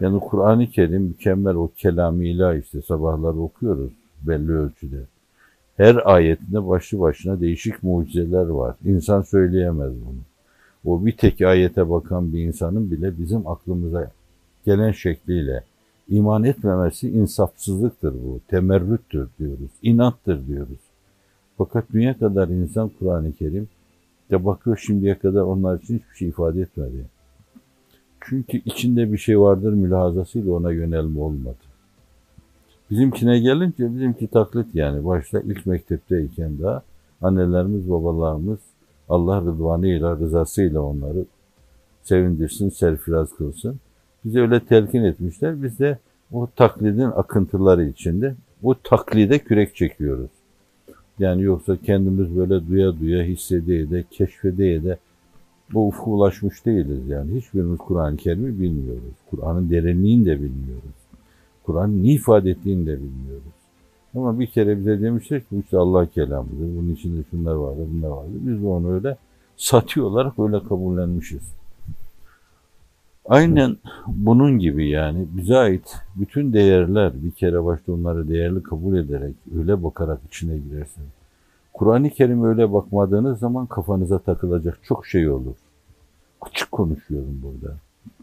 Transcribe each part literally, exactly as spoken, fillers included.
Yani Kur'an-ı Kerim mükemmel o kelam-ı ilahi işte sabahları okuyoruz belli ölçüde. Her ayetinde başlı başına değişik mucizeler var. İnsan söyleyemez bunu. O bir tek ayete bakan bir insanın bile bizim aklımıza gelen şekliyle iman etmemesi insafsızlıktır bu. Temerrüttür diyoruz. İnattır diyoruz. Fakat dünya kadar insan Kur'an-ı Kerim de bakıyor şimdiye kadar onlar için hiçbir şey ifade etmedi. Çünkü içinde bir şey vardır mülahazasıyla ona yönelme olmadı. Bizimkine gelince bizimki taklit yani. Başta ilk mektepteyken daha annelerimiz, babalarımız Allah rıdvanıyla, rızasıyla onları sevindirsin, serfiraz kılsın. Bize öyle telkin etmişler. Biz de o taklidin akıntıları içinde o taklide kürek çekiyoruz. Yani yoksa kendimiz böyle duya duya, hissedeye de, keşfedeye de bu ufka ulaşmış değiliz yani. Hiçbirimiz Kur'an-ı Kerim'i bilmiyoruz. Kur'an'ın derinliğini de bilmiyoruz. Kur'an'ın ne ifade ettiğini de bilmiyoruz. Ama bir kere bize demişler ki işte Allah kelamıdır. Bunun içinde şunlar vardır, bunlar vardır. Biz de onu öyle satı olarak öyle kabullenmişiz. Aynen bunun gibi yani bize ait bütün değerler bir kere başta onları değerli kabul ederek öyle bakarak içine girersiniz. Kur'an-ı Kerim öyle bakmadığınız zaman kafanıza takılacak çok şey olur. Açık konuşuyorum burada.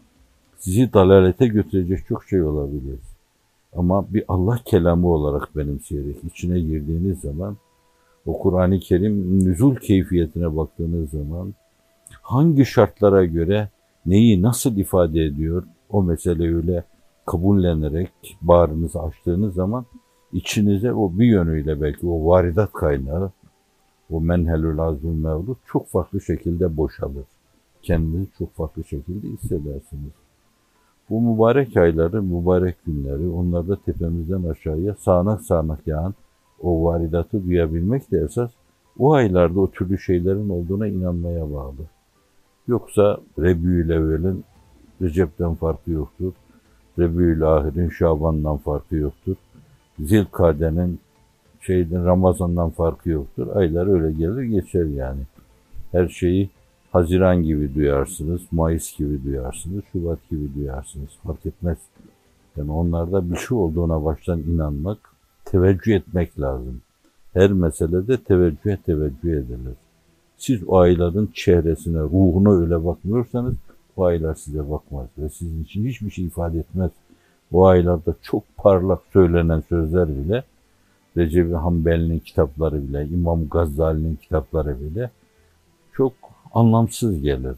Sizi dalalete götürecek çok şey olabilir. Ama bir Allah kelamı olarak benimseyerek içine girdiğiniz zaman o Kur'an-ı Kerim nüzul keyfiyetine baktığınız zaman hangi şartlara göre neyi nasıl ifade ediyor o mesele öyle kabullenerek bağrınızı açtığınız zaman içinize o bir yönüyle belki o varidat kaynağı o menhelül azmül mevlud çok farklı şekilde boşalır. Kendinizi çok farklı şekilde hissedersiniz. Bu mübarek ayları, mübarek günleri, onlarda tepemizden aşağıya sağanak sağanak yağan o varidatı duyabilmek de esas o aylarda o türlü şeylerin olduğuna inanmaya bağlı. Yoksa Rebiyül-Evvel'in Recep'ten farkı yoktur. Rebiyül-Ahir'in Şaban'dan farkı yoktur. Zilkade'nin şeyden Ramazan'dan farkı yoktur. Aylar öyle gelir geçer yani. Her şeyi Haziran gibi duyarsınız, Mayıs gibi duyarsınız, Şubat gibi duyarsınız. Fark etmez. Yani onlarda bir şey olduğuna baştan inanmak, teveccüh etmek lazım. Her meselede teveccühe teveccüh edilir. Siz o ayların çehresine, ruhuna öyle bakmıyorsanız o aylar size bakmaz ve sizin için hiçbir şey ifade etmez. O aylarda çok parlak söylenen sözler bile, Recep-i Hanbeli'nin kitapları bile, İmam Gazali'nin kitapları bile çok anlamsız gelir.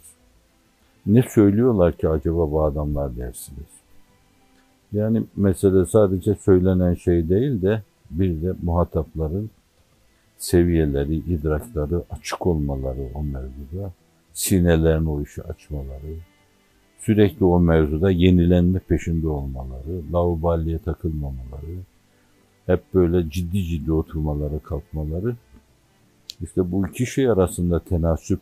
Ne söylüyorlar ki acaba bu adamlar dersiniz. Yani mesele sadece söylenen şey değil de bir de muhatapların seviyeleri, idrakları açık olmaları o mevzuda, sinelerini o işi açmaları, sürekli o mevzuda yenilenme peşinde olmaları, laubaliye takılmamaları, hep böyle ciddi ciddi oturmaları, kalkmaları, işte bu iki şey arasında tenasüp,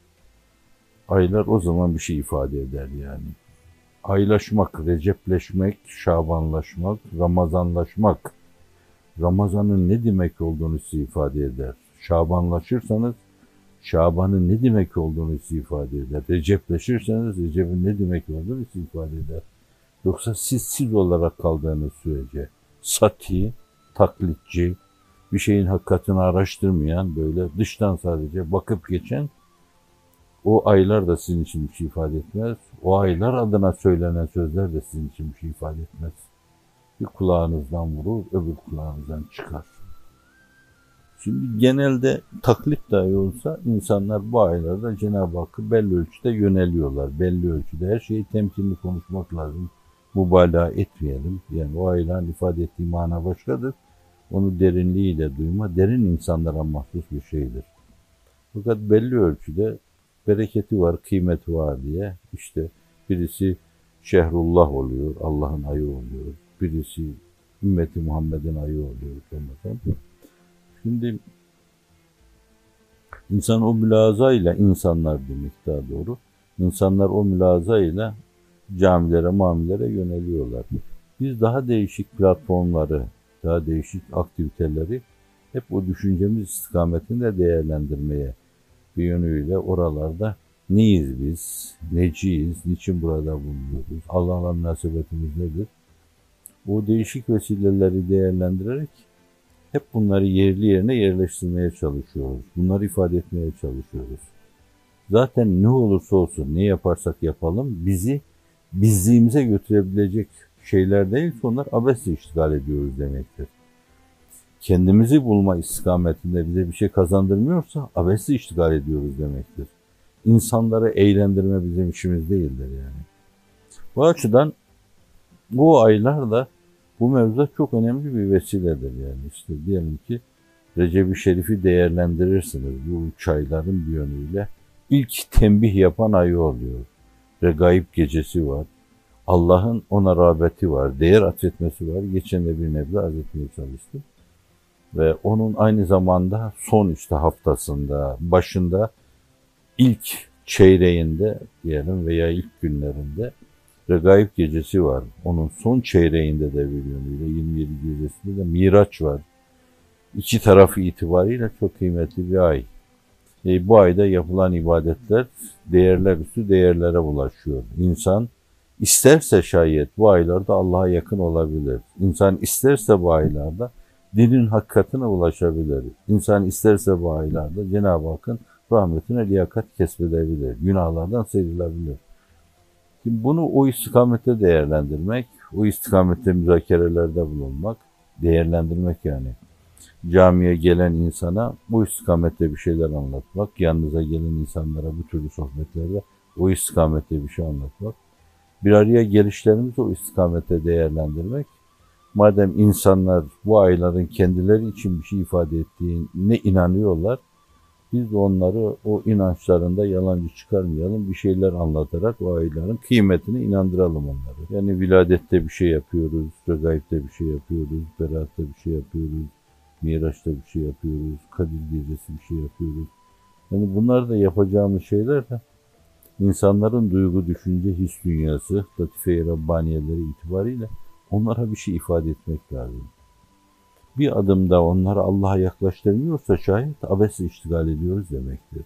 aylar o zaman bir şey ifade eder yani. Aylaşmak, recepleşmek, şabanlaşmak, ramazanlaşmak, Ramazan'ın ne demek olduğunu size ifade eder. Şabanlaşırsanız Şaban'ın ne demek olduğunu size ifade eder. Recepleşirseniz Recep'in ne demek olduğunu size ifade eder. Yoksa siz siz olarak kaldığınız sürece sati, taklitçi, bir şeyin hakikatini araştırmayan, böyle dıştan sadece bakıp geçen o aylar da sizin için bir şey ifade etmez. O aylar adına söylenen sözler de sizin için bir şey ifade etmez. Bir kulağınızdan vurur, öbür kulağınızdan çıkar. Şimdi genelde taklit dahi olsa insanlar bu aylarda Cenab-ı Hakk'ı belli ölçüde yöneliyorlar. Belli ölçüde her şeyi temkinli konuşmak lazım. Mübalağa etmeyelim. Yani o ayların ifade ettiği mana başkadır. Onu derinliğiyle duyma, derin insanlara mahsus bir şeydir. Fakat belli ölçüde bereketi var, kıymeti var diye işte birisi Şehrullah oluyor, Allah'ın ayı oluyor. Birisi ümmeti Muhammed'in ayı oluyor. Ramazan. Şimdi insan o mülazayla, insanlar demek daha doğru, insanlar o mülazayla camilere, mamilere yöneliyorlar. Biz daha değişik platformları, daha değişik aktiviteleri hep o düşüncemiz istikametinde değerlendirmeye bir yönüyle oralarda Neyiz biz? Neciyiz? Niçin burada bulunuyoruz? Allah'la münasebetimiz nedir? O değişik vesileleri değerlendirerek hep bunları yerli yerine yerleştirmeye çalışıyoruz. Bunları ifade etmeye çalışıyoruz. Zaten ne olursa olsun, ne yaparsak yapalım bizi bizliğimize götürebilecek şeyler değil ki onlar abesle iştigal ediyoruz demektir. Kendimizi bulma istikametinde bize bir şey kazandırmıyorsa abesle iştigal ediyoruz demektir. İnsanları eğlendirme bizim işimiz değildir yani. Bu açıdan bu aylar da bu mevzuda çok önemli bir vesiledir yani. İşte diyelim ki Recep-i Şerif'i değerlendirirsiniz bu üç ayların bir yönüyle. İlk tembih yapan ayı oluyor. Regaib gecesi var. Allah'ın ona rağbeti var. Değer atfetmesi var. Geçen de bir nebze arz etmeye çalıştım. Ve onun aynı zamanda son işte haftasında, başında, ilk çeyreğinde diyelim veya ilk günlerinde Regaib gecesi var. Onun son çeyreğinde de bir yönüyle yirmi yedi gecesinde de Miraç var. İki tarafı itibariyle çok kıymetli bir ay. E, bu ayda yapılan ibadetler değerler üstü değerlere ulaşıyor. İnsan isterse şayet bu aylarda Allah'a yakın olabilir. İnsan isterse bu aylarda dinin hakikatine ulaşabilir. İnsan isterse bu aylarda Cenab-ı Hakk'ın rahmetine liyakat kesbedebilir. Günahlardan sıyrılabilir. Şimdi bunu o istikamette değerlendirmek, o istikamette müzakerelerde bulunmak, değerlendirmek yani. Camiye gelen insana bu istikamette bir şeyler anlatmak, yanınıza gelen insanlara bu türlü sohbetlerde o istikamette bir şey anlatmak, bir araya gelişlerimizi o istikamette değerlendirmek. Madem insanlar bu ayların kendileri için bir şey ifade ettiğine inanıyorlar, biz de onları o inançlarında yalancı çıkarmayalım, bir şeyler anlatarak o ayların kıymetine inandıralım onları. Yani viladette bir şey yapıyoruz, regaibde bir şey yapıyoruz, beratte bir şey yapıyoruz, Miraç'ta bir şey yapıyoruz, Kadir Gecesi bir şey yapıyoruz. Yani bunlar da yapacağımız şeyler de insanların duygu, düşünce, his dünyası, latife-i Rabbaniyeleri itibariyle onlara bir şey ifade etmek lazım. Bir adımda onları Allah'a yaklaştırmıyorsa şayet abesle iştigal ediyoruz demektir.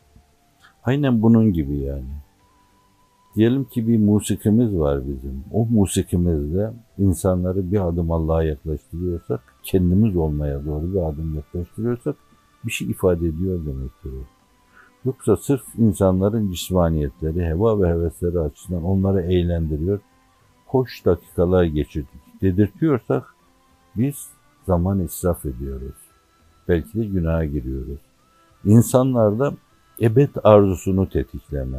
Aynen bunun gibi yani. Diyelim ki bir musikimiz var bizim. O musikimizle insanları bir adım Allah'a yaklaştırıyorsak, kendimiz olmaya doğru bir adım yaklaştırıyorsak bir şey ifade ediyor demektir o. Yoksa sırf insanların cismaniyetleri, heva ve hevesleri açısından onları eğlendiriyor, hoş dakikalar geçirdik dedirtiyorsak biz zaman israf ediyoruz. Belki de günaha giriyoruz. İnsanlarda ebed arzusunu tetikleme,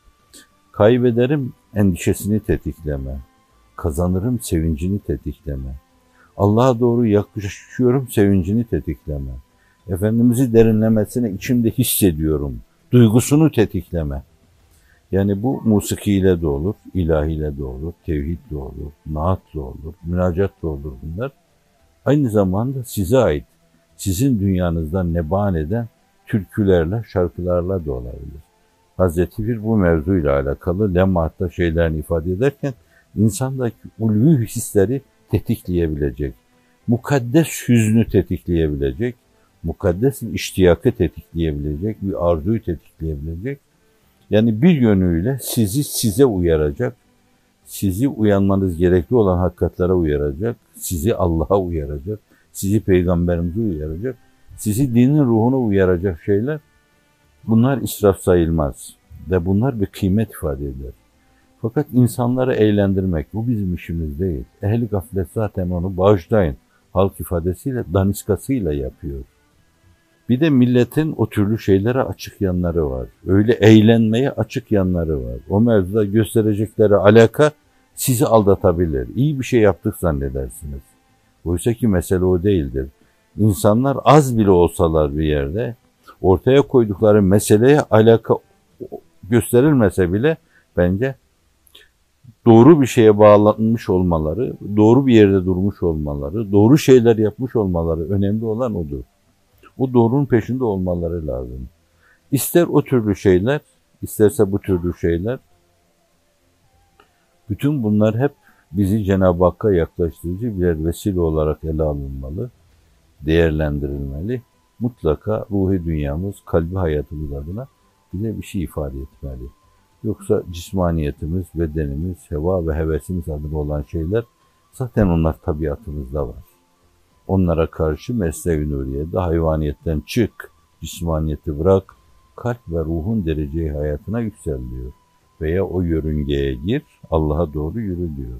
kaybederim endişesini tetikleme, kazanırım sevincini tetikleme, Allah'a doğru yaklaşıyorum sevincini tetikleme, Efendimiz'i derinlemesine içimde hissediyorum duygusunu tetikleme. Yani bu musikiyle de olur, ilahiyle de olur, tevhidle olur, naatla olur, münacatla olur bunlar. Aynı zamanda size ait, sizin dünyanızdan neban eden türkülerle, şarkılarla da olabilir. Hazreti Pir bu mevzuyla alakalı lemmahatta şeylerini ifade ederken insandaki ulvi hisleri tetikleyebilecek, mukaddes hüznü tetikleyebilecek, mukaddes iştiyakı tetikleyebilecek, bir arzuyu tetikleyebilecek. Yani bir yönüyle sizi size uyaracak, sizi uyanmanız gerekli olan hakikatlere uyaracak, sizi Allah'a uyaracak, sizi Peygamberimize uyaracak, sizi dinin ruhuna uyaracak şeyler, bunlar israf sayılmaz ve bunlar bir kıymet ifade eder. Fakat insanları eğlendirmek, bu bizim işimiz değil. Ehli gaflet zaten onu bağışlayın, halk ifadesiyle, daniskasıyla yapıyor. Bir de milletin o türlü şeylere açık yanları var. Öyle eğlenmeye açık yanları var. O mevzuda gösterecekleri alaka sizi aldatabilir. İyi bir şey yaptık zannedersiniz. Oysa ki mesele o değildir. İnsanlar az bile olsalar bir yerde ortaya koydukları meseleye alaka gösterilmese bile bence doğru bir şeye bağlanmış olmaları, doğru bir yerde durmuş olmaları, doğru şeyler yapmış olmaları önemli olan odur. O doğrunun peşinde olmaları lazım. İster o türlü şeyler, isterse bu türlü şeyler, bütün bunlar hep bizi Cenab-ı Hakk'a yaklaştırıcı birer vesile olarak ele alınmalı, değerlendirilmeli. Mutlaka ruhi dünyamız, kalbi hayatımız adına bize bir şey ifade etmeli. Yoksa cismaniyetimiz, bedenimiz, heva ve hevesimiz adına olan şeyler zaten onlar tabiatımızda var. Onlara karşı mesle-i nuriyede hayvaniyetten çık, cismaniyeti bırak, kalp ve ruhun dereceyi hayatına yüksel diyor. Veya o yörüngeye gir, Allah'a doğru yürü diyor.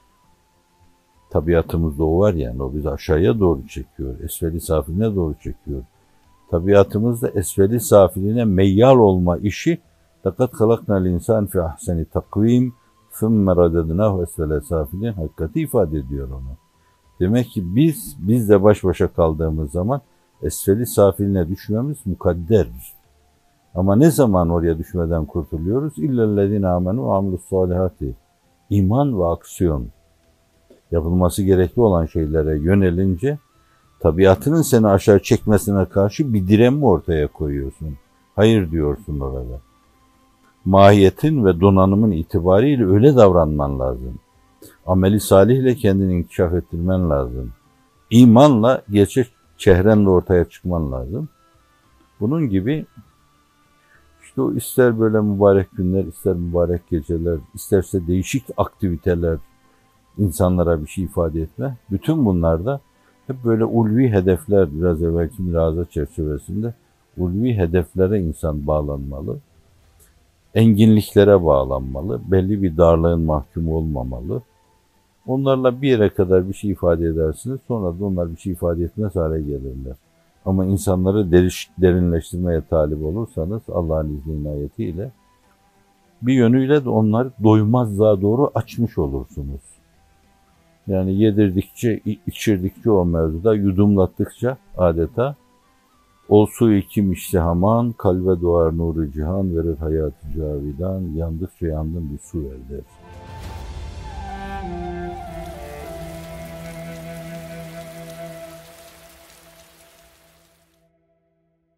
Tabiatımızda o var yani, o bizi aşağıya doğru çekiyor, esfeli safiline doğru çekiyor. Tabiatımızda esfeli safiline meyyal olma işi لَقَدْ خَلَقْنَا الْاِنْسَانِ فِي اَحْسَنِ تَقْوِيمٍ ثُمَّ رَدَدْنَاهُ esfele safilin hakikati ifade ediyor onu. Demek ki biz, bizle baş başa kaldığımız zaman esfeli safiline düşmemiz mukadder. Ama ne zaman oraya düşmeden kurtuluyoruz? İllellezine amenu ve amilussalihati. İman ve aksiyon. Yapılması gerekli olan şeylere yönelince tabiatının seni aşağı çekmesine karşı bir direnme ortaya koyuyorsun. Hayır diyorsun orada. Mahiyetin ve donanımın itibariyle öyle davranman lazım. Ameli salihle kendini inkişaf ettirmen lazım. İmanla gerçek çehrenle ortaya çıkman lazım. Bunun gibi işte o ister böyle mübarek günler, ister mübarek geceler, isterse değişik aktiviteler insanlara bir şey ifade etme. Bütün bunlarda hep böyle ulvi hedefler, biraz evvelki mülahaza çerçevesinde ulvi hedeflere insan bağlanmalı. Enginliklere bağlanmalı. Belli bir darlığın mahkumu olmamalı. Onlarla bir yere kadar bir şey ifade edersiniz. Sonra da onlar bir şey ifade etmez hale gelirler. Ama insanları derinleştirmeye talip olursanız Allah'ın izni inayetiyle bir yönüyle de onları doymazlığa doğru açmış olursunuz. Yani yedirdikçe, içirdikçe o mevzuda, yudumlattıkça adeta o su kim içti haman, kalbe doğar nuru cihan, verir hayatı cavidan, yandıkça yandım bir su ver der.